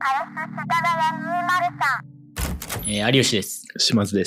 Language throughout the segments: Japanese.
有吉です。 島津です。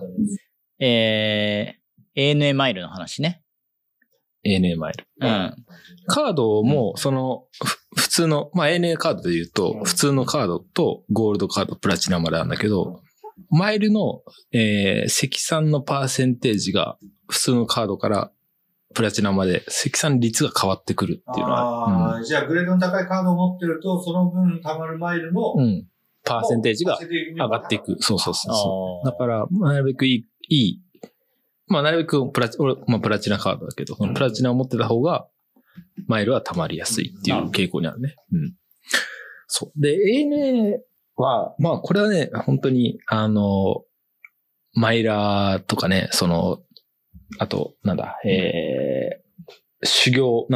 ANA マイルの話ね。 ANA マイル。 うん。 カードも、普通の、ANA カードで言うと、普通のカードとゴールドカード、プラチナまであるんだけど、マイルの、積算のパーセンテージが普通のカードからプラチナまで積算率が変わってくるっていうのは。 じゃあグレードの高いカードを持ってると、その分貯まるマイルの、 パーセンテージが上がっていく。そう。だから、なるべくいい、なるべくプラチナカードだけど、プラチナを持ってた方が、マイルは貯まりやすいっていう傾向にあるね。そう。で、ANA は、これはね、本当に、マイラーとかね、あと、修行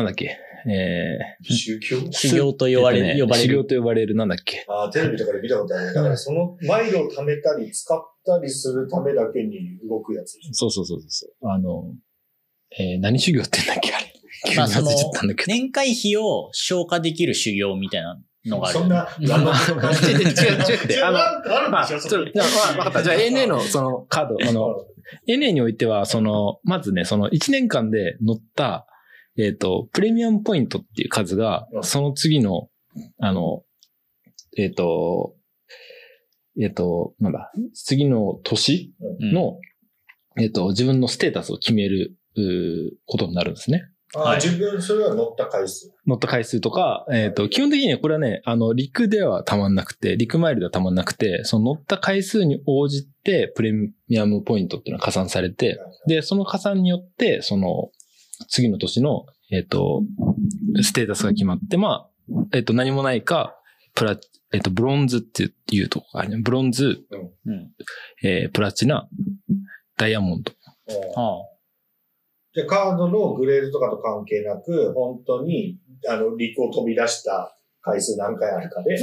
と呼ばれる。 修行と呼ばれる、 テレビとかで見たことある。だからそのマイルを貯めたり使ったりするためだけに動くやつ。 そう。何修行って言うんだっけあれ。急に忘れちゃったんだけど。 年会費を消化できる修行みたいなのがある。 そんな、 違う。分かった。じゃあ ANA のそのカード、ANA においては、まずね、1年間で乗った、プレミアムポイントっていう数が、その次の、次の年の、自分のステータスを決める、ことになるんですね。 自分、それは乗った回数とか、基本的にはこれはね、陸ではたまんなくて、陸マイルではたまんなくて、その乗った回数に応じて、プレミアムポイントっていうのが加算されて、で、その加算によって、次の年の、ステータスが決まって、何もないか、ブロンズっていうとこがあるね。ブロンズ、プラチナ、ダイヤモンド。 じゃあカードのグレードとかと関係なく、本当に、陸を飛び出した回数何回あるかで。 そう。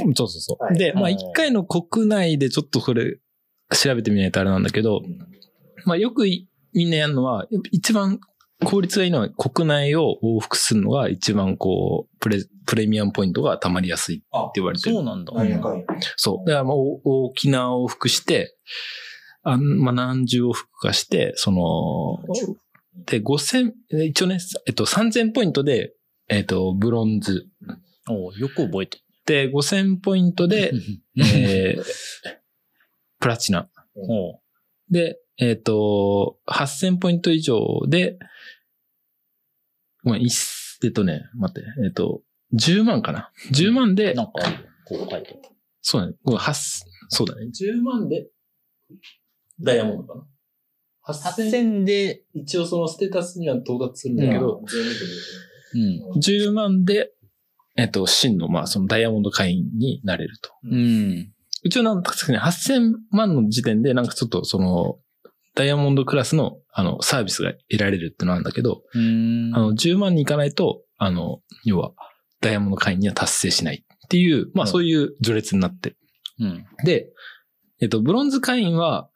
はい、で、一回の国内でちょっとこれ、調べてみないとあれなんだけど、よくみんなやるのは、一番効率がいいのは国内を往復するのが一番プレミアムポイントが溜まりやすいって言われてる。 そうなんだ。 そう。だから沖縄を往復して、何十往復かして、で、一応ね、3000ポイントで、ブロンズ。 よく覚えてる。で、5000ポイントで、プラチナ。で、8000ポイント以上で、10万かな。10万で、 こう書いてある。 そうだね。そうだね。10万で、ダイヤモンドかな。8000で、一応そのステータスには到達するんだけど、10万で、真の、そのダイヤモンド会員になれると。一応8000万の時点で、ちょっとダイヤモンドクラスの、サービスが得られるってのなんだけど、10万に行かないと、要は、ダイヤモンド会員には達成しないっていう、そういう序列になって。で、ブロンズ会員は、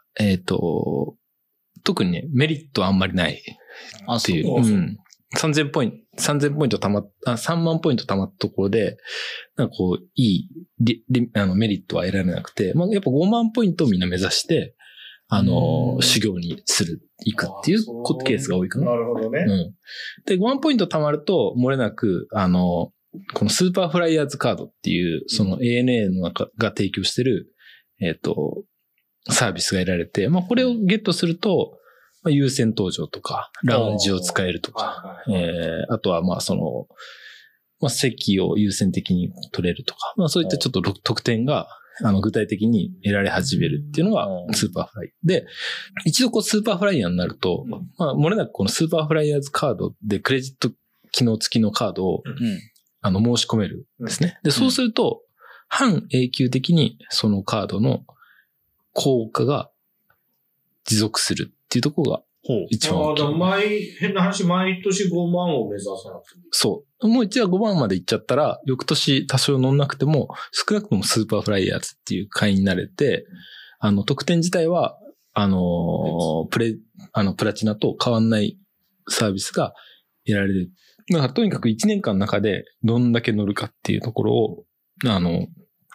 特にね、メリットはあんまりないっていう。3000ポイント3万ポイント貯まったところで、いいメリットは得られなくて、やっぱ5万ポイントをみんな目指して、修行に行くっていうケースが多いかな。 なるほどね。 で、5万ポイント貯まると、漏れなく、このスーパーフライヤーズカードっていう、ANA の中が提供してる、サービスが得られて、これをゲットすると、優先搭乗とか、ラウンジを使えるとか、あとは席を優先的に取れるとか、そういったちょっと特典が、具体的に得られ始めるっていうのがスーパーフライ。で、一度スーパーフライヤーになると、漏れなくこのスーパーフライヤーズカードでクレジット機能付きのカードを、申し込めるんですね。で、そうすると、半永久的にそのカードの効果が持続するっていうところが一番大きい。 変な話、毎年5万を目指さなくてもいい。 そう。もう一応5万まで行っちゃったら、翌年多少乗んなくても、少なくともスーパーフライヤーズっていう会員になれて、特典自体は、プラチナと変わんないサービスが得られる。だからとにかく1年間の中でどんだけ乗るかっていうところを、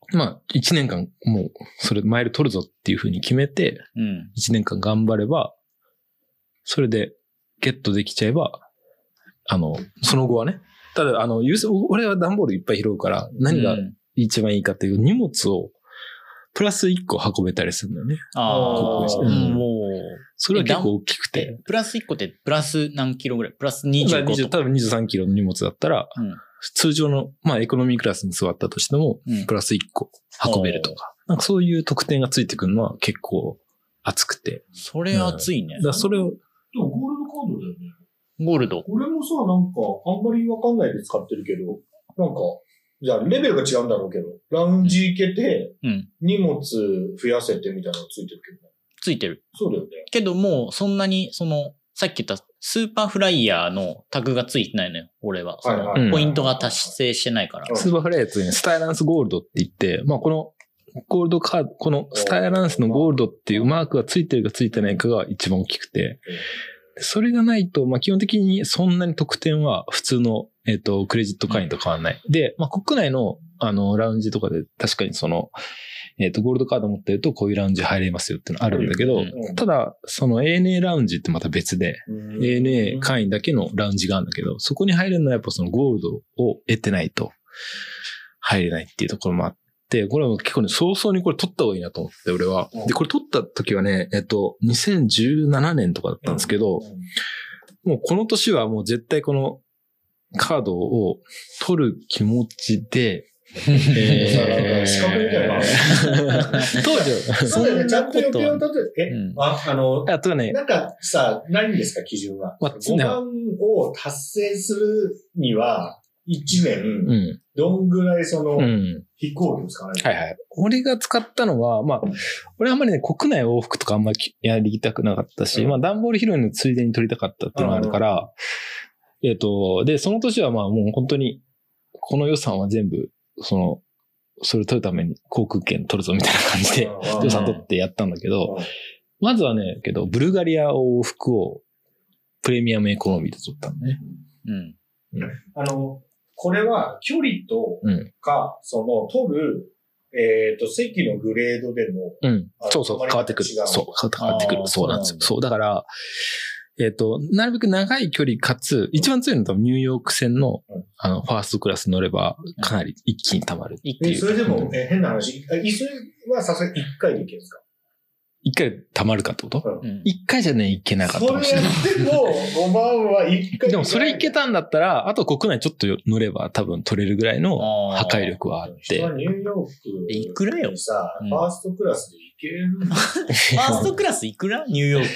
まあ、1年間もう、それマイル取るぞっていう風に決めて、 うん。 1年間頑張れば、それでゲットできちゃえば、その後はね、ただ、俺は段ボールいっぱい拾うから、何がうん一番いいかっていう荷物を、プラス1個運べたりするんだよね。 ああ、 うんもう。 それは結構大きくて。 プラス1個ってプラス何キロぐらいプラスだから 25とか。 多分23キロの荷物だったら、 うん。 通常の、まあエコノミークラスに座ったとしても、 うんプラス1個運べるとか、なんかそういう特典がついてくるのは結構熱くて。 それ熱いね。 だからそれを、 でもゴールドカードだよね。 ゴールド。 俺もさ、なんか、あんまりわかんないで使ってるけど、なんか、じゃあレベルが違うんだろうけど、ラウンジ行けて、 うん。 荷物増やせてみたいなのついてるけどね。 ついてる。 そうだよね。 けどもう、そんなに、さっき言ったスーパーフライヤーのタグがついてないのよ、俺は。 はいはいうんポイントが達成してないから。 うんスーパーフライヤーってね、スタイランスゴールドって言って、まあこのゴールドカード、このスタイランスのゴールドっていうマークがついてるかついてないかが一番大きくて、それがないと、まあ基本的にそんなに特典は普通の、クレジット会員と変わらない。で、まあ国内の、ラウンジとかで確かにその、ゴールドカード持ってるとこういうラウンジ入れますよっていうのあるんだけど、 うんただ、その ANA ラウンジってまた別で、ANA 会員だけのラウンジがあるんだけど、そこに入れるのはやっぱそのゴールドを得てないと入れないっていうところもあって、これは結構ね、早々にこれ取った方がいいなと思って、俺は。で、これ取った時はね、2017年とかだったんですけど、もうこの年はもう絶対このカードを取る気持ちで、 資格みたいな。 当時は、 そうだよね、ちゃんと予定を立てて、 うんあとはね、 なんかさ、何ですか、基準は。 まあ 5万を達成するには、1 う年、 ん。 どんぐらいその、 うん。 飛行機を使わないはいはい。俺が使ったのは、まあ、俺はあんまりね、国内往復とかあんまりやりたくなかったし、 うんまあ、段ボール拾いのついでに取りたかったっていうのがあるから、で、その年はまあもう本当に、この予算は全部、それ取るために航空券取るぞみたいな感じで、 うん予算取ってやったんだけど、 うんまずはね、ブルガリア往復をプレミアムエコノミーで取ったのね。 うん。 これは距離とうん。 か、取る、席のグレードでも、 うん。 あそうそう、変わってくる。 違うそう、変わってくる。 あーそうなんですよ。 そそう、だから、なるべく長い距離かつ、一番強いのは多分ニューヨーク線の、 うんファーストクラス乗れば、かなり一気に溜まる。 一気にそれでも、変な話、椅子はさすがに1回でいけるんですか？ 一回溜まるかってことうんうん一回じゃね、いけなかったかもしれない。 それでも、5万は1回でもそれいけたんだったら、あと国内ちょっと乗れば多分取れるぐらいの破壊力はあって人は。ニューヨークいくらよにさ、 うんファーストクラスで行けるんだ。 ファーストクラスいくらニューヨーク。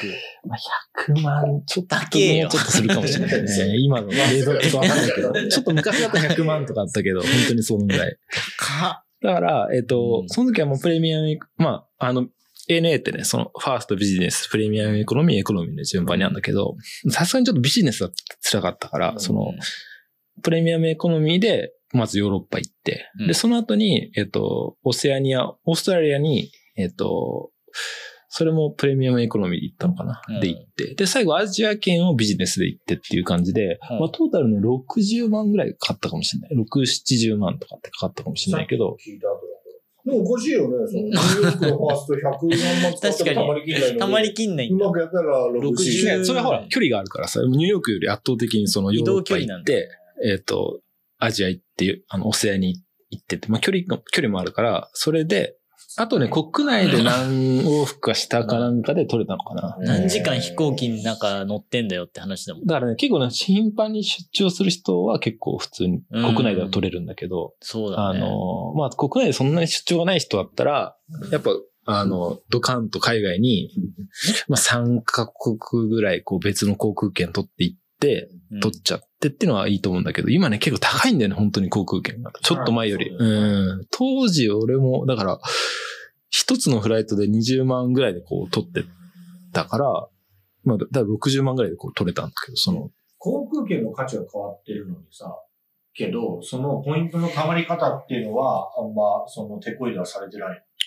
100万ちょっと、 高えよもうちょっとするかもしれないね。今の冷蔵庫とわかんないけど、ちょっと昔だったら100万とかあったけど、本当にそのぐらい。 か。 だから、 んその時はもうプレミアム、まあ、ANA ってね、その、ファーストビジネス、プレミアムエコノミーの順番にあるんだけど、さすがにちょっとビジネスは辛かったから、プレミアムエコノミーで、まずヨーロッパ行って、 うんで、その後に、オセアニア、オーストラリアに、それもプレミアムエコノミーで行ったのかな、 うんで行って。で、最後アジア圏をビジネスで行ってっていう感じで、 うんまあトータルね、60万ぐらいかかったかもしれない。6、70万とかってかかったかもしれないけど、 聞いた後だけど。でもおかしいよね。ニューヨークのファースト100何万使ってもたまりきんないのに。 たまりきんないんだうま。くやったら60。 60 ねそれはほら、距離があるからさ、ニューヨークより圧倒的にそのヨーロッパ行って、アジア行って、オセアに行ってて、まあ距離もあるから、それで、あとね、国内で何往復かしたかなんかで取れたのかな。 何時間飛行機になんか乗ってんだよって話だもん。 だからね、結構ね、頻繁に出張する人は結構普通に国内では取れるんだけど、 そうだね。 まあ国内でそんなに出張がない人だったら、やっぱ、ドカンと海外に、まあ3カ国ぐらいこう別の航空券取っていって、 うん取っちゃってっていうのはいいと思うんだけど、今ね、結構高いんだよね、本当に航空券が。ちょっと前より。 そうだよね当時俺も、だから、一つのフライトで20万ぐらいでこう取ってたから、まあ、だから60万ぐらいでこう取れたんだけど、 航空券の価値は変わってるのにさ、けど、そのポイントの貯まり方っていうのは、あんま、その手こ入れはされてない。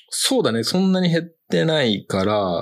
そうだね。そんなに減ってないから、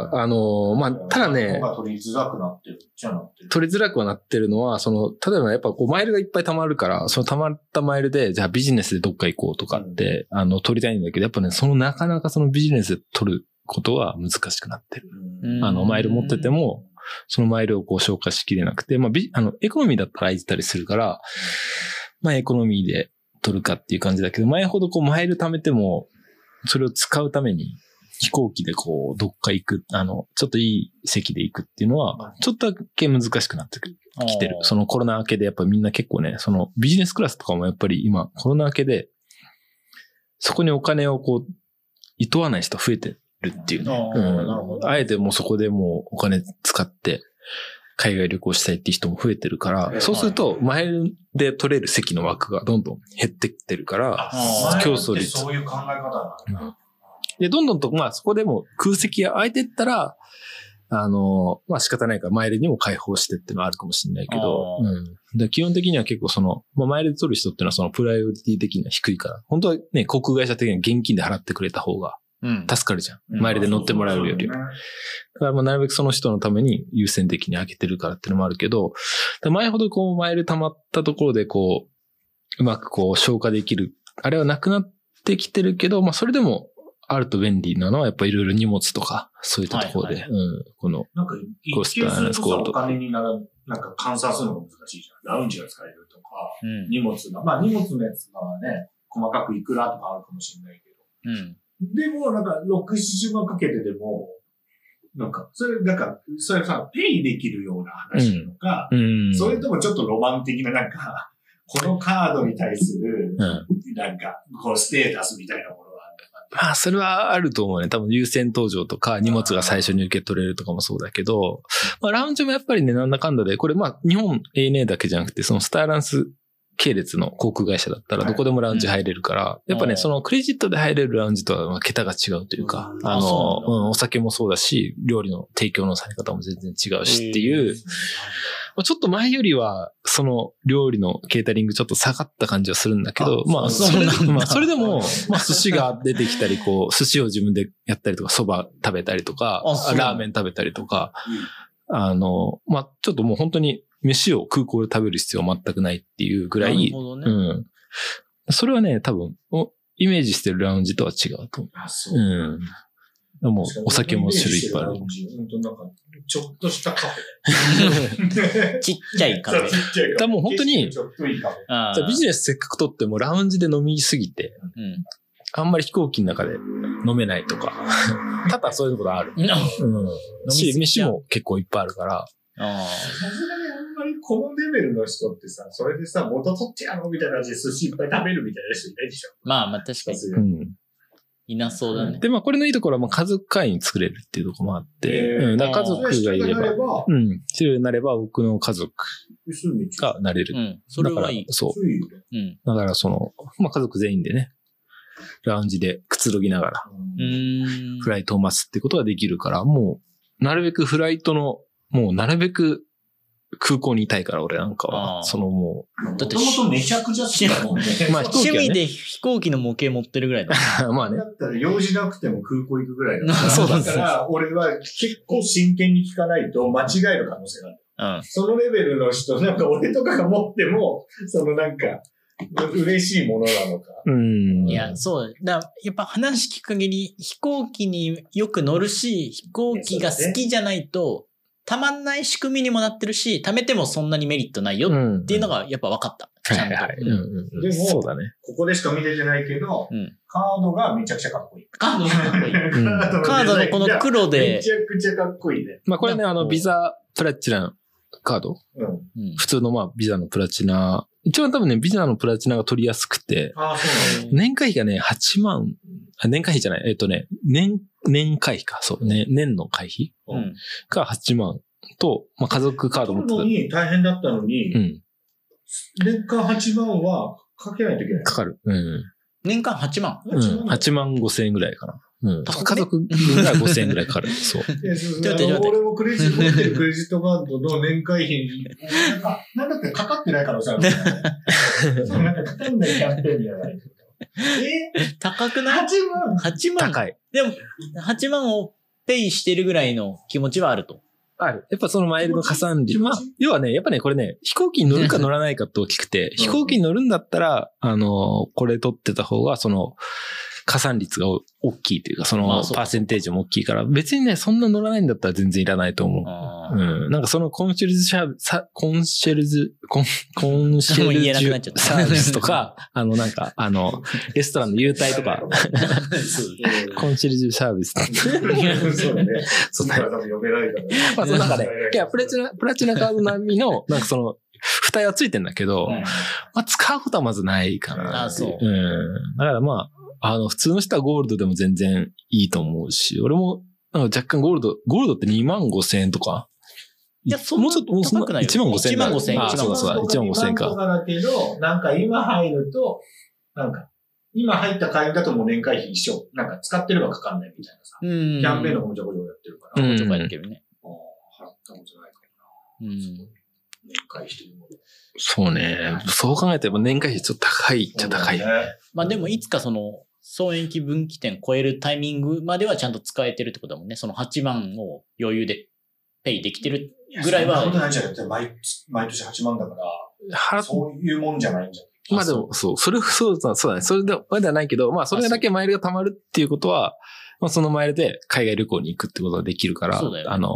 まあ、ただね、 取りづらくなってるじゃなってる。 取りづらくはなってるのは、例えばやっぱこうマイルがいっぱい溜まるから、その溜まったマイルで、じゃあビジネスでどっか行こうとかって、取りたいんだけど、やっぱね、なかなかそのビジネスで取ることは難しくなってる。マイル持ってても、そのマイルをこう消化しきれなくて、まあ、エコノミーだったら空いてたりするから、まあ、エコノミーで取るかっていう感じだけど、前ほどこうマイル貯めても、それを使うために飛行機でこう、どっか行く、ちょっといい席で行くっていうのは、ちょっとだけ難しくなってきてる。そのコロナ明けでやっぱみんな結構ね、そのビジネスクラスとかもやっぱり今、コロナ明けで、そこにお金をこう、厭わない人増えてるっていうね。あえてもうそこでもうお金使って、海外旅行したいっていう人も増えてるから、そうすると、マイルで取れる席の枠がどんどん減ってきてるから、競争率。 そういう考え方なんだ。 で、どんどんと、まあそこでも空席が空いてったら、まあ仕方ないからマイルにも開放してっていうのはあるかもしれないけど、で基本的には結構まあマイルで取る人っていうのはそのプライオリティ的には低いから、本当はね、航空会社的には現金で払ってくれた方が、助かるじゃん。マイルで乗ってもらえるより。だからまあなるべくその人のために優先的に上げてるからっていうのもあるけど、前ほどこうマイル溜まったところでこう、うまくこう消化できる。あれはなくなってきてるけど、まあそれでもあると便利なのはやっぱりいろいろ荷物とか、そういったところで、この、 なんか一見するとお金にならなんか換算するのが難しいじゃん。ラウンジが使えるとか、荷物が、まあ荷物のやつがね、細かくいくらとかあるかもしれないけど、でも、なんか、6、70万かけてでも、なんか、それさ、ペイできるような話なのか、それともちょっとロマン的な、なんか、このカードに対する、なんか、こう、ステータスみたいなものがあるのか。 まあ、それはあると思うね。多分、優先搭乗とか、荷物が最初に受け取れるとかもそうだけど、まあ、ラウンジもやっぱりね、なんだかんだで、これ、まあ、日本 ANA だけじゃなくて、そのスターランス、系列の航空会社だったらどこでもラウンジ入れるから、やっぱね、そのクレジットで入れるラウンジとは桁が違うというか、お酒もそうだし、料理の提供のされ方も全然違うしっていう、ちょっと前よりは、その料理のケータリングちょっと下がった感じはするんだけど、まあ、それでも、まあ、寿司が出てきたり、こう、寿司を自分でやったりとか、蕎麦食べたりとか、ラーメン食べたりとか、まあ、ちょっともう本当に、飯を空港で食べる必要は全くないっていうぐらい、それはね、多分、イメージしてるラウンジとは違うと思う。もう、お酒も種類いっぱいある。 ちょっとしたカフェ。 ちっちゃいカフェ。 ちっちゃいカフェ。 だもう本当に、 ちょっといいカフェ。 じゃあビジネスせっかく取ってもラウンジで飲みすぎて、あんまり飛行機の中で飲めないとか、多々そういうことある。飯も結構いっぱいあるから、 さすがにあんまりこのレベルの人ってさ、それでさ、元取ってやろうみたいな感じで寿司いっぱい食べるみたいな人いないでしょ。 まあ確かに。いなそうだね。 で、まあこれのいいところは家族会員作れるっていうところもあって、だから家族がいれば、一人になれば僕の家族がなれる。 それはいい。 そう。だからまあ家族全員でね、ラウンジでくつろぎながら、フライトを待つってことができるから、もう、なるべくフライトの、もうなるべく空港にいたいから俺なんかは、もう。だって、もともとめちゃくちゃ好きだもんね。 まあ趣味で飛行機の模型持ってるぐらいだ。 まあね。 だったら用事なくても空港行くぐらいだから。そうだから、俺は結構真剣に聞かないと間違える可能性がある。そのレベルの人、なんか俺とかが持っても、なんか、嬉しいものなのか。 いや、そうだ。やっぱ話聞く限り飛行機によく乗るし、飛行機が好きじゃないと、たまんない仕組みにもなってるし、貯めてもそんなにメリットないよっていうのがやっぱ分かった。ちゃんと。 でも、そうだね。ここでしか見れてないけど、カードがめちゃくちゃかっこいい。 カードがかっこいい。カードのこの黒で。 めちゃくちゃかっこいいね。 まあこれね、ビザプラチナカード、普通のまあビザのプラチナ、一番多分ね、ビザのプラチナが取りやすくて、年会費がね、8万、年会費じゃない、年会費か、そうね、年の会費が8万と、まあ家族カード持ってた。 取るのに大変だったのに、年間8万はかけないといけない。 かかる。 年間8万 ?8 万5千円ぐらいかな。家族分が5000円ぐらいかかる。そう。 俺も持ってるクレジットカードの年会費に、なんだってかかってない可能性ある。なんかかかんないキャンペーンじゃない。 高くない？ 8万。 高い。 でも、8万をペイしてるぐらいの気持ちはあると。 ある。やっぱそのマイルの加算率。まあ、要はね、やっぱね、これね、飛行機に乗るか乗らないかって大きくて、飛行機に乗るんだったら、これ取ってた方が、加算率が大きいというか、パーセンテージも大きいから、別にね、そんな乗らないんだったら全然いらないと思う。なんかコンシェルジュサービスとか、レストランの優待とか、コンシェルジュサービス。 そうだね。そうだね。呼べないからね。 まあ、なんかね、いや、プラチナカード並みの、なんか付帯はついてんだけど、まあ、使うことはまずないかな。 そう。 だからまあ、普通の人はゴールドでも全然いいと思うし、俺も、なんか若干ゴールドって25,000円とか。 いや、もうちょっと高くないよ。 15,000円。 15,000円。 そうだ、15,000円か。 とかだけど、なんか今入ると、なんか、今入った会員だともう年会費一緒。なんか使ってればかかんないみたいなさ。キャンペーンの方もちょこちょこやってるから。 ちょこちょこやってるね。 払ったことないかな。年会費というもの。 そうね。そう考えても年会費ちょっと高いっちゃ高い。 まあでもいつか損益分岐点超えるタイミングまではちゃんと使えてるってことだもんね。その8万を余裕でペイできてるぐらいは。 そんなことないじゃん。毎年8万だから、そういうもんじゃないんじゃん。 まあでも、そうだね。それではないけど、まあそれだけマイルが貯まるっていうことは、まあそのマイルで海外旅行に行くってことができるから、 そうだよね、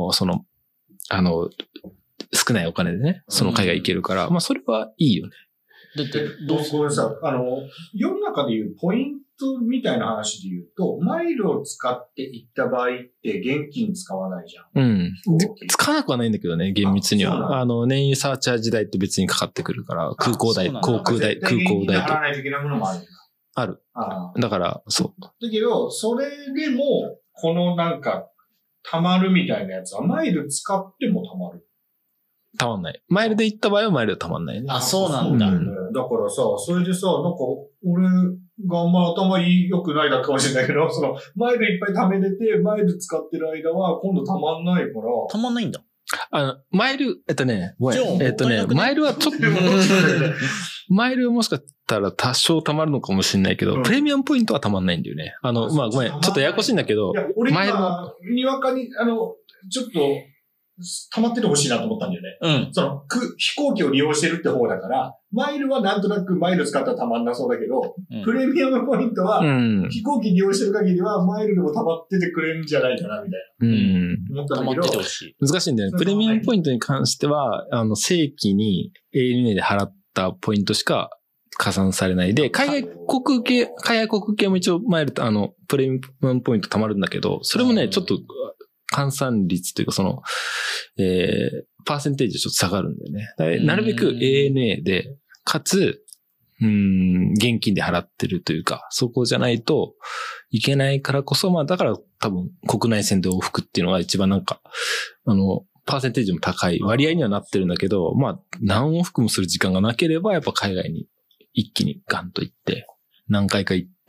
少ないお金でね、その海外行けるから、まあそれはいいよね。 だって、ごめんなさい。世の中でいうポイントみたいな話で言うと、マイルを使って行った場合って現金使わないじゃん。 うん。使わなくはないんだけどね、厳密には。燃油サーチャージ代って別にかかってくるから、空港代、航空代、空港代と。 払わないといけないものもあるんだ。 ある。だから、そう。 だけど、それでも、このなんか、溜まるみたいなやつは、マイル使っても溜まる。 溜まんない。マイルで行った場合はマイルで溜まんないね。 あ、そうなんだ。 だからさ、それでさ、なんか、俺があんま頭良くないだけかもしれないけど、マイルいっぱい貯めれて、マイル使ってる間は、今度溜まんないから。 溜まんないんだ。 マイル、マイルはちょっと、マイルもしかしたら多少溜まるのかもしれないけど、プレミアムポイントは溜まんないんだよね。まあごめん、ちょっとややこしいんだけど、 マイルは、にわかに、ちょっと、溜まっててほしいなと思ったんだよね。飛行機を利用してるって方だから、マイルはなんとなくマイル使ったら溜まんなそうだけど、プレミアムポイントは、飛行機利用してる限りは、マイルでも溜まっててくれるんじゃないかな、みたいな。思ったんだけど。 溜まっててほしい。 難しいんだよね。プレミアムポイントに関しては、正規に ANA で払ったポイントしか加算されないで、海外航空系も一応マイルと、プレミアムポイント溜まるんだけど、それもね、ちょっと、換算率というかパーセンテージちょっと下がるんだよね。なるべく ANA で、かつ、現金で払ってるというか、そこじゃないといけないからこそ、まあだから多分国内線で往復っていうのが一番なんか、パーセンテージも高い割合にはなってるんだけど、まあ何往復もする時間がなければ、やっぱ海外に一気にガンと行って、何回か行って、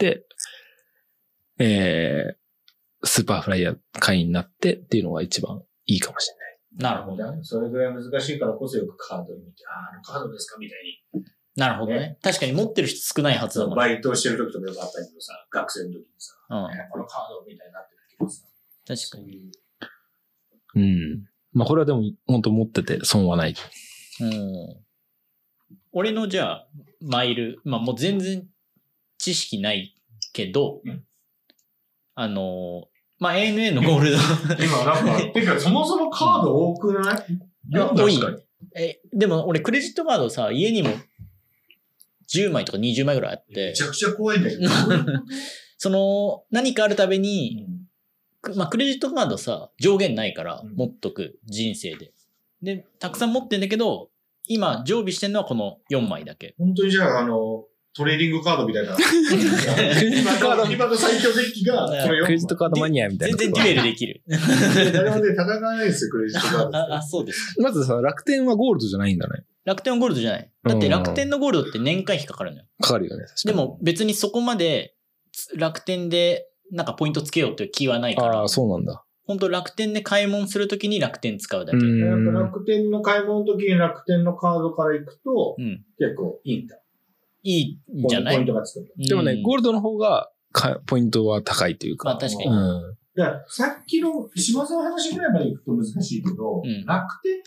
スーパーフライヤー会員になってっていうのが一番いいかもしれない。なるほど。それぐらい難しいからこそよくカードを見て、カードですかみたいに。 なるほどね。確かに持ってる人少ないはずだもんね。 バイトしてる時とかよくあったけどさ、学生の時にさ、このカードみたいになってるけどさ。 確かに。 まあこれはでも本当持ってて損はない。 俺のじゃあ、マイル、まあもう全然知識ないけど、まあ、ANA のゴールド。 今なんか、てかそもそもカード多くない？ 多い。でも俺クレジットカードさ、家にも10枚とか20枚ぐらいあって。 めちゃくちゃ怖いんだけど。 何かあるたびに、まあ、クレジットカードさ、上限ないから持っとく、人生で。で、たくさん持ってんだけど、今常備してんのはこの4枚だけ。 本当にじゃあ、トレーディングカードみたいな。クレジットカード、今の最強デッキが、 クレジットカードマニアみたいな。 全然デュエルできる。 誰もね、戦わないですよ、クレジットカード。 あ、そうです。 まずさ、楽天はゴールドじゃないんだね。 楽天はゴールドじゃない。だって楽天のゴールドって年会費かかるのよ。 かかるよね、確かに。 でも別にそこまで楽天でなんかポイントつけようっていう気はないから。 ああ、そうなんだ。 本当楽天で買い物するときに楽天使うだけ。 やっぱ楽天の買い物のときに楽天のカードから行くと、結構いいんだ。 いいんじゃない？ ポイントがつく。 でもね、ゴールドの方がポイントは高いというか。 まあ確かに。 だからさっきの島津の話ぐらいまで行くと難しいけど、楽天って、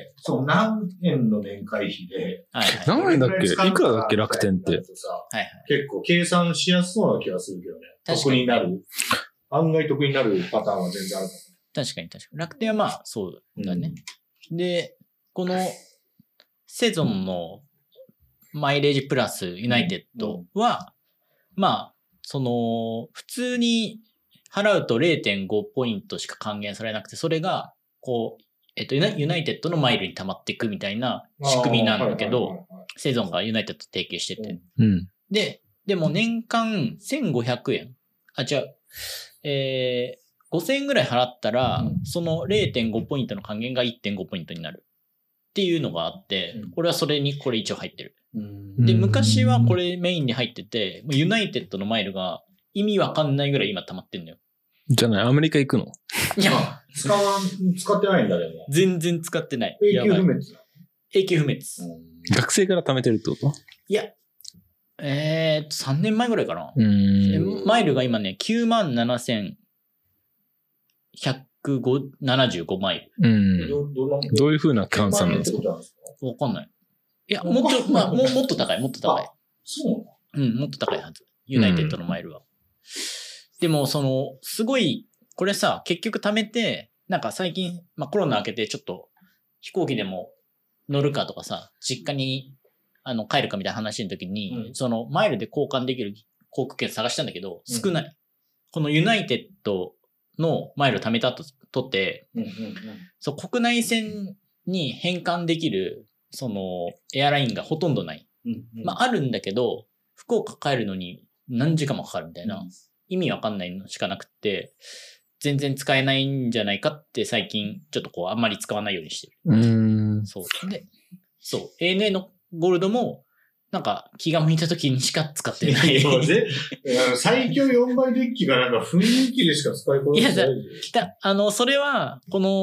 そう何円の年会費で、 何円だっけ？いくらだっけ楽天って。 結構計算しやすそうな気がするけどね。得になる。案外得になるパターンは全然あるかも。 確かに。楽天はまあそうだね。で、このセゾンのマイレージプラスユナイテッドは、まあ、普通に払うと 0.5 ポイントしか還元されなくて、それが、ユナイテッドのマイルに溜まっていくみたいな仕組みなんだけど、セゾンがユナイテッド提携してて。でも年間1500円。5000円ぐらい払ったら、その 0.5 ポイントの還元が 1.5 ポイントになる。っていうのがあって、これはそれにこれ一応入ってる。で、昔はこれメインに入ってて、ユナイテッドのマイルが意味わかんないぐらい今溜まってんのよ。 じゃない、アメリカ行くの？ いや、使ってないんだけど。 全然使ってない。 永久不滅。 永久不滅。 学生から貯めてるってこと？ いや、3年前ぐらいかな。マイルが今ね、97,175マイル。 どういう風な換算なんですか？ わかんない。いや、もっと高い。 そう？ もっと高いはず。ユナイテッドのマイルは。でも、すごい、これさ、結局貯めて、なんか最近、コロナ明けてちょっと飛行機でも乗るかとかさ、実家に帰るかみたいな話の時に、マイルで交換できる航空券探したんだけど、少ない。このユナイテッドのマイルを貯めたとて、国内線に変換できる、エアラインがほとんどない。あるんだけど、福岡帰るのに何時間もかかるみたいな、意味わかんないのしかなくて、全然使えないんじゃないかって最近ちょっとあんまり使わないようにしてる。そう。で、ANA のゴールドも、なんか気が向いた時にしか使ってない。 最強4倍デッキがなんか雰囲気でしか使いこなせない。 それは、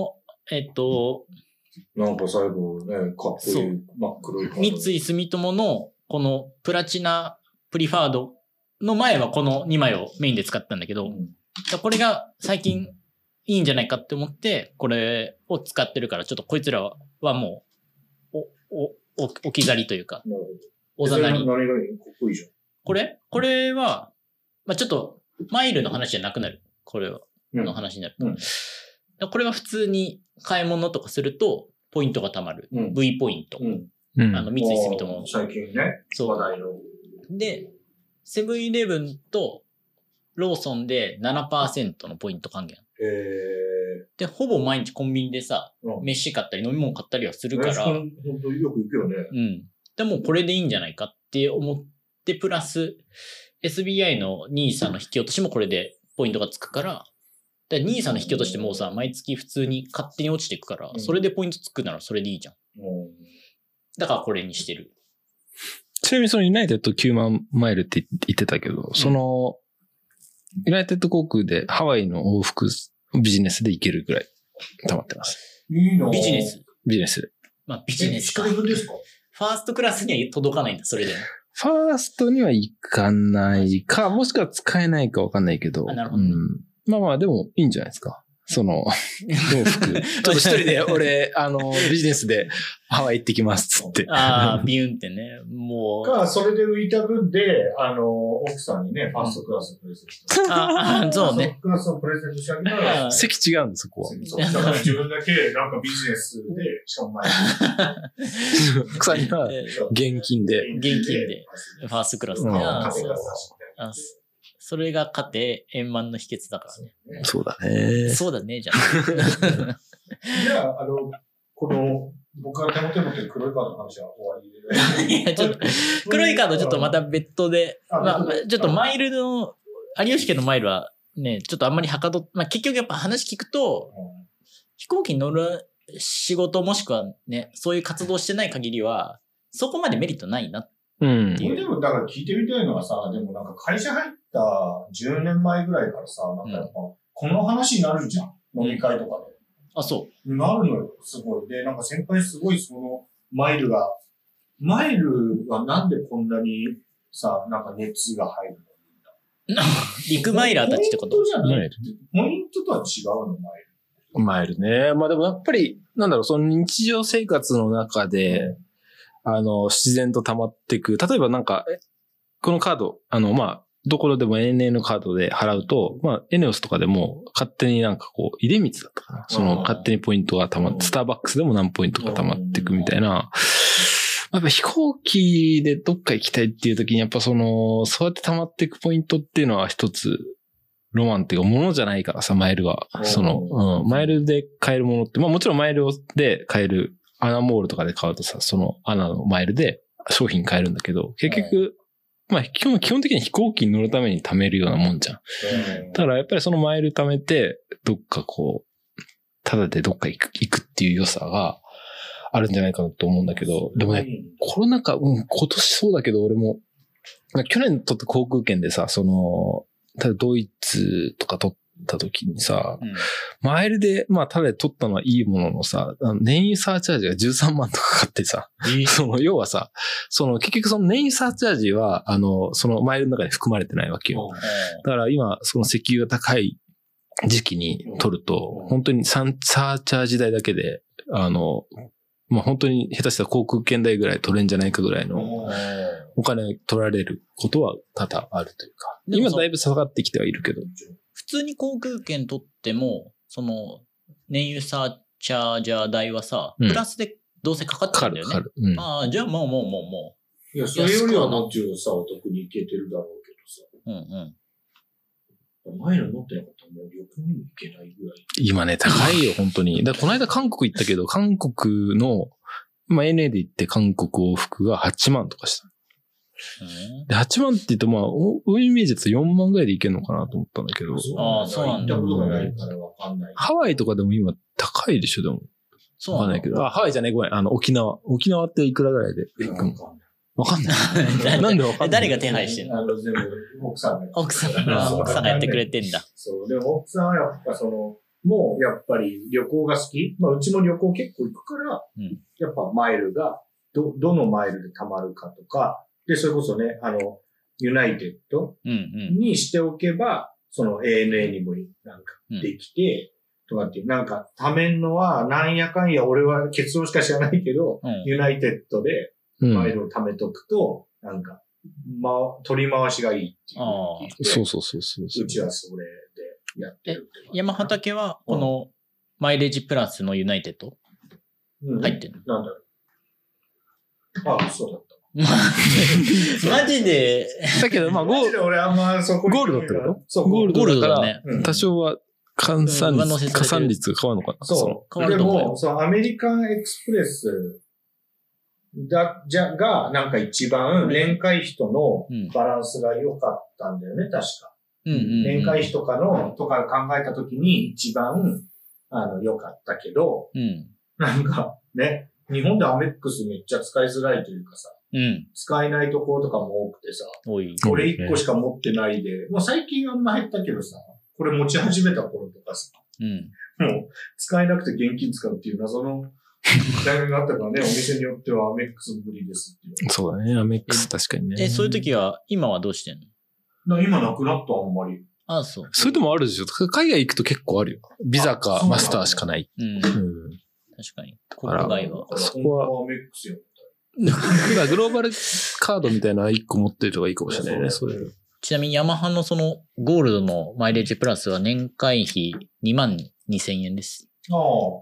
なんか最後ね、かっこいい、真っ黒い。 三井住友のこのプラチナプリファードの前はこの2枚をメインで使ったんだけど、これが最近いいんじゃないかって思って、これを使ってるから、ちょっとこいつらはもう、置き去りというか、おざなり。 何がいい？かっこいいじゃん。 これは、ちょっとマイルの話じゃなくなる。これは、の話になる。これは普通に買い物とかすると、ポイントが貯まる。V ポイント。三井住友。 最近ね、話題の。 で、セブンイレブンとローソンで 7% のポイント還元。で、ほぼ毎日コンビニでさ、飯買ったり飲み物買ったりはするから。 本当よく行くよね。 でもこれでいいんじゃないかって思って、プラス、SBI の NISA の引き落としもこれでポイントがつくから、NISA の引き落としってもうさ、毎月普通に勝手に落ちていくから、それでポイントつくならそれでいいじゃん。だからこれにしてる。 ちなみにユナイテッド9万マイルって言ってたけど、ユナイテッド航空でハワイの往復ビジネスで行けるぐらい溜まってます。 いいな。 ビジネスで。 ビジネスか。 一人分ですか？ ファーストクラスには届かないんだ、それでも。 ファーストには行かないか、もしくは使えないかわかんないけど。 なるほどね。 でもいいんじゃないですか。往復。ちょっと一人で、俺、ビジネスでハワイ行ってきます、つって。 ビューンってね、もう。それで浮いた分で、奥さんにね、ファーストクラスのプレゼント。 そうね。 ファーストクラスのプレゼントしてあげたら。 席違うんです、そこは。 だから自分だけ、なんかビジネスで、しかも前に。 奥さんには、現金で。 ファーストクラスで。それが家庭円満の秘訣だからね。 そうだね。 そうだね、じゃあ。じゃあ、僕が手元に持ってる黒いカードの話は終わりで。 いや、ちょっと、黒いカードちょっとまた別途で、ちょっとマイルの、有吉家のマイルはね、ちょっとあんまり結局やっぱ話聞くと、飛行機に乗る仕事もしくはね、そういう活動してない限りは、そこまでメリットないなっていう。 でも、だから聞いてみたいのはさ、でもなんか会社入った10年前ぐらいからさ、なんかやっぱ、この話になるじゃん。飲み会とかで。 そう。 なるのよ、すごい。で、なんか先輩すごいマイルが、 マイルはなんでこんなにさ、なんか熱が入るの？ リクマイラーたちってこと？ ポイントじゃない。ポイントとは違うの、 マイルね。まあでもやっぱり、なんだろう、その日常生活の中で、自然と溜まっていく。例えばなんか、このカード、まあ、どころでも ANA のカードで払うと、まあ、エネオスとかでも勝手になんかこう、出光だったかな。その勝手にポイントが溜まって、スターバックスでも何ポイントが溜まっていくみたいな。やっぱ飛行機でどっか行きたいっていう時に、やっぱそうやって溜まっていくポイントっていうのは一つ、ロマンっていうか、ものじゃないからさ、マイルは。マイルで買えるものって、まあもちろんマイルで買える、アナモールとかで買うとさ、そのアナのマイルで商品買えるんだけど、結局、まあ基本的に飛行機に乗るために貯めるようなもんじゃん。だからやっぱりそのマイル貯めて、どっかこう、ただでどっか行くっていう良さがあるんじゃないかなと思うんだけど、でもね、コロナ禍、今年そうだけど俺も、去年取った航空券でさ、ただドイツとか取った時にさ、マイルで、まあ、ただで取ったのはいいもののさ、燃油サーチャージが13万とかかかってさ、要はさ、結局その燃油サーチャージは、そのマイルの中に含まれてないわけよ。だから今、その石油が高い時期に取ると、本当にサーチャージ代だけで、まあ、本当に下手したら航空券代ぐらい取れんじゃないかぐらいのお金取られることは多々あるというか。今だいぶ下がってきてはいるけど。 普通に航空券取っても、燃油サーチャージャー代はさ、プラスでどうせかかってるんだよね。 かかる。 ああ、じゃあもう。いや、それよりはもちろんさ、お得に行けてるだろうけどさ。前の乗ってなかったらもう旅行にも行けないぐらい。 今ね、高いよ、本当に。この間韓国行ったけど、韓国の、まあ、NA で行って韓国往復が8万とかした。で、8万って言うと、まあ、イメージだと4万ぐらいで行けるのかなと思ったんだけど。 ああ、そうなんだ。 行ったことがないからわかんない。 ハワイとかでも今高いでしょ、でも。 そうわかんないけど。ハワイじゃねえ、ごめん。沖縄。沖縄っていくらぐらいで行くの？わかんない。なんでわかんない？ 誰が手配してんの？ 全部奥さんが。 奥さんがやってくれてんだ。 そう。でも奥さんはやっぱもうやっぱり旅行が好き。まあうちも旅行結構行くから、やっぱマイルが、どのマイルで貯まるかとか、で、それこそね、ユナイテッドにしておけば、ANA にもなんかできて、とかっていう、なんか、貯めんのは、なんやかんや、俺は結論しか知らないけど、ユナイテッドでマイルを貯めとくと、なんか、取り回しがいいっていう。 そう。 うちはそれでやってる。 山畑は、この、マイレージプラスのユナイテッド入ってるの？なんだろう。あ、そうだった。 マジで。 だけど、まあ、ゴールドってこと？ そう、 ゴールドだから、 ね、 多少は加算率が変わるのかな？ そう。でも、アメリカンエクスプレスが、なんか一番年会費とのバランスが良かったんだよね、確か。年会費とか考えたときに一番、良かったけど、なんかね、日本でアメックスめっちゃ使いづらいというかさ、使えないところとかも多くてさ、俺1個しか持ってないで、もう最近あんま減ったけどさ、これ持ち始めた頃とかさ、もう使えなくて現金使うっていう謎のタイミングがあったからね、お店によってはアメックス無理ですっていう。 そうだね、アメックス確かにね。 そういう時は、今はどうしてんの？ 今なくなったあんまり。 あ、そう。 それでもあるでしょ。海外行くと結構あるよ。ビザかマスターしかない。 確かに。国外は。 そこはアメックスよ。 グローバルカードみたいな1個持ってるとかいいかもしれないね、それ。 ちなみにヤマハのゴールドのマイレージプラスは年会費22,000円です。 ああ。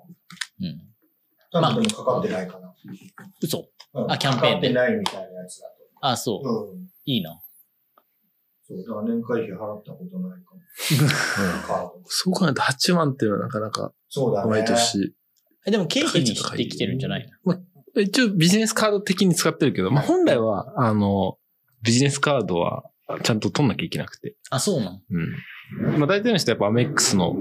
多分でもかかってないかな。 嘘。キャンペーンで。 かかってないみたいなやつだと。 あ、そう。いいな。 そう、だから年会費払ったことないかも。 そう考えると8万っていうのはなかなか。 そうだね。 毎年。 でも経費にしてきてるんじゃないの？ 一応ビジネスカード的に使ってるけど、まあ本来は、ビジネスカードはちゃんと取んなきゃいけなくて。 あ、そうなの？ まあ大体の人はやっぱアメックスの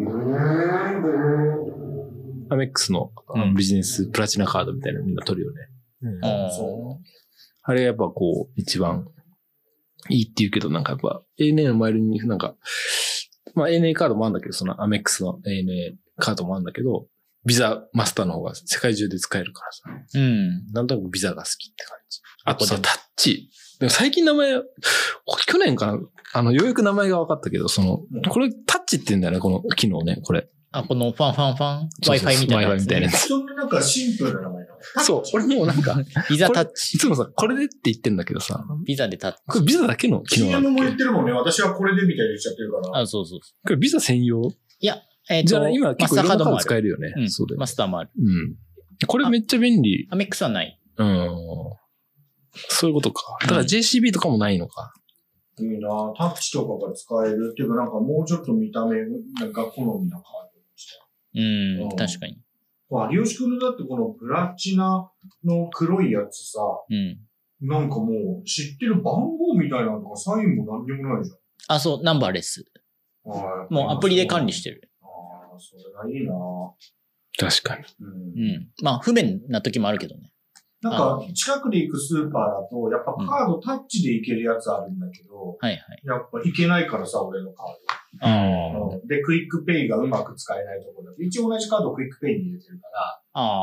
ビジネスプラチナカードみたいなのみんな取るよね。あれがやっぱこう、一番いいって言うけど、なんかやっぱ ANA のマイルになんか、まあ ANA カードもあるんだけど、そのアメックスの ANA カードもあるんだけど、 ビザマスターの方が世界中で使えるからさ。 うん。 なんとなくビザが好きって感じ。あとさ、タッチ。でも最近名前、去年かな、ようやく名前が分かったけど、これタッチって言うんだよね、この機能ね、これ。 このファン Wi-Fi みたいなやつ、ね。 Wi-Fi みたいなやつ。 そんななんかシンプルな名前なの？ そう、俺もうなんか、 ビザタッチ。 いつもさ、これでって言ってんだけどさ、 ビザでタッチ。 これビザだけの機能なんだっ CM け？ も言ってるもんね、私はこれでみたいに言っちゃってるから。 そうそう。 これビザ専用？ いや、 じゃあ今結構いろんなカード使えるよね。 うん、 そうだよ。 マスターもある。 うん。これめっちゃ便利。 アメックスはない。 うん。そういうことか。だから JCB とかもないのか。 いいなぁ。タッチとかが使えるっていうか、なんかもうちょっと見た目が好みなカードにした。 確かに。 有吉くんだってこのプラチナの黒いやつさ、なんかもう知ってる番号みたいなのとかサインも何にもないじゃん。 そう、ナンバーレス。もうアプリで管理してる。 それがいいなぁ。 確かに。 まあ不便な時もあるけどね。 なんか、近くで行くスーパーだと、やっぱカードタッチで行けるやつあるんだけど、 はいはい。 やっぱ行けないからさ、俺のカード。で、クイックペイがうまく使えないところだと、一応同じカードをクイックペイに入れてるから、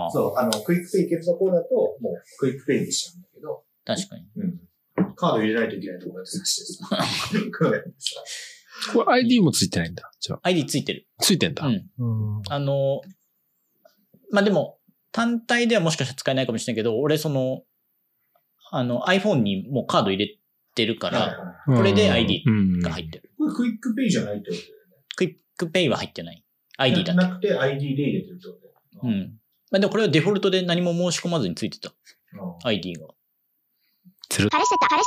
そう、クイックペイ行けるところだと、もうクイックペイにしちゃうんだけど。 確かに。 カード入れないといけないところだとさしてさ。 これ ID もついてないんだ。じゃあ。 ID ついてる。 ついてんだ。 まあ、でも、単体ではもしかしたら使えないかもしれないけど、俺iPhone にもうカード入れてるから、これで ID が入ってる。 これクイックペイじゃないってことだよね。 クイックペイは入ってない。ID だけ。 なくて ID で入れてるってことだよ。 まあ、でもこれはデフォルトで何も申し込まずについてた。ID が。 彼氏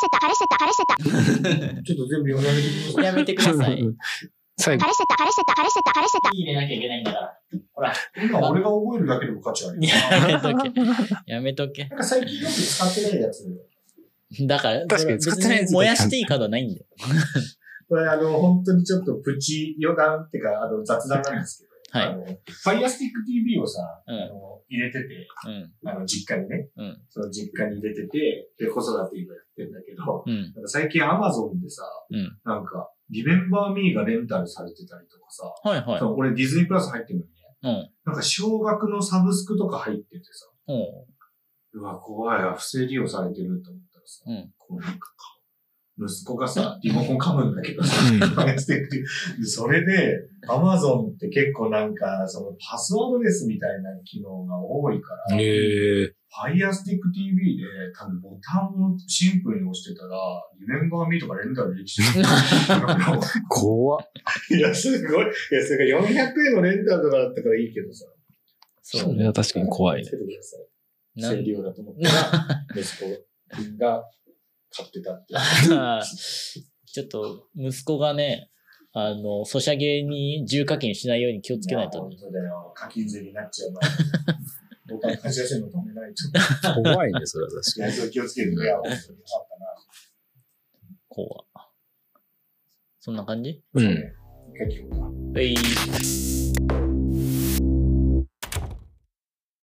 た。 ちょっと全部読み上げてください。 やめてください。 最後。 彼氏た。 入れなきゃいけないんだから。ほら。 今俺が覚えるだけでも価値ある。 やめとけ。 なんか最近よく使ってないやつ。 だから、 確かに使ってないやつ。 燃やしていいカードはないんだよ。 これ本当にちょっとプチ余談っていうか、雑談なんですけど。 はい。 Fire Stick TV をさ、入れてて、実家にね、その実家に入れてて、で、子育て今やってんだけど、なんか最近 Amazon でさ、なんか、Remember Me がレンタルされてたりとかさ、俺ディズニープラス入ってるのにね、なんか少額のサブスクとか入っててさ、うわ、怖いわ、不正利用されてると思ったらさ、こうなんか息子がさ、リモコン噛むんだけどさ、それで、Amazon って結構なんか、パスワードレスみたいな機能が多いから、Fire Stick TV で多分ボタンをシンプルに押してたら、Remember Me とかレンタルできちゃう。 怖っ。 いや、すごい。いや、それが400円のレンタルとかだったからいいけどさ。 それは確かに怖いね。 不正利用だと思ったら、息子が、買ってたって。 ちょっと、息子がね、ソシャゲに重課金しないように気をつけないと。 本当だよ。課金税になっちゃうな。ボタン貸し出せるの止めないと。 怖いね、それは確かに。 いや、それ気をつけるね。いや、本当にあったな。 怖。そんな感じ？ 結局。 はい。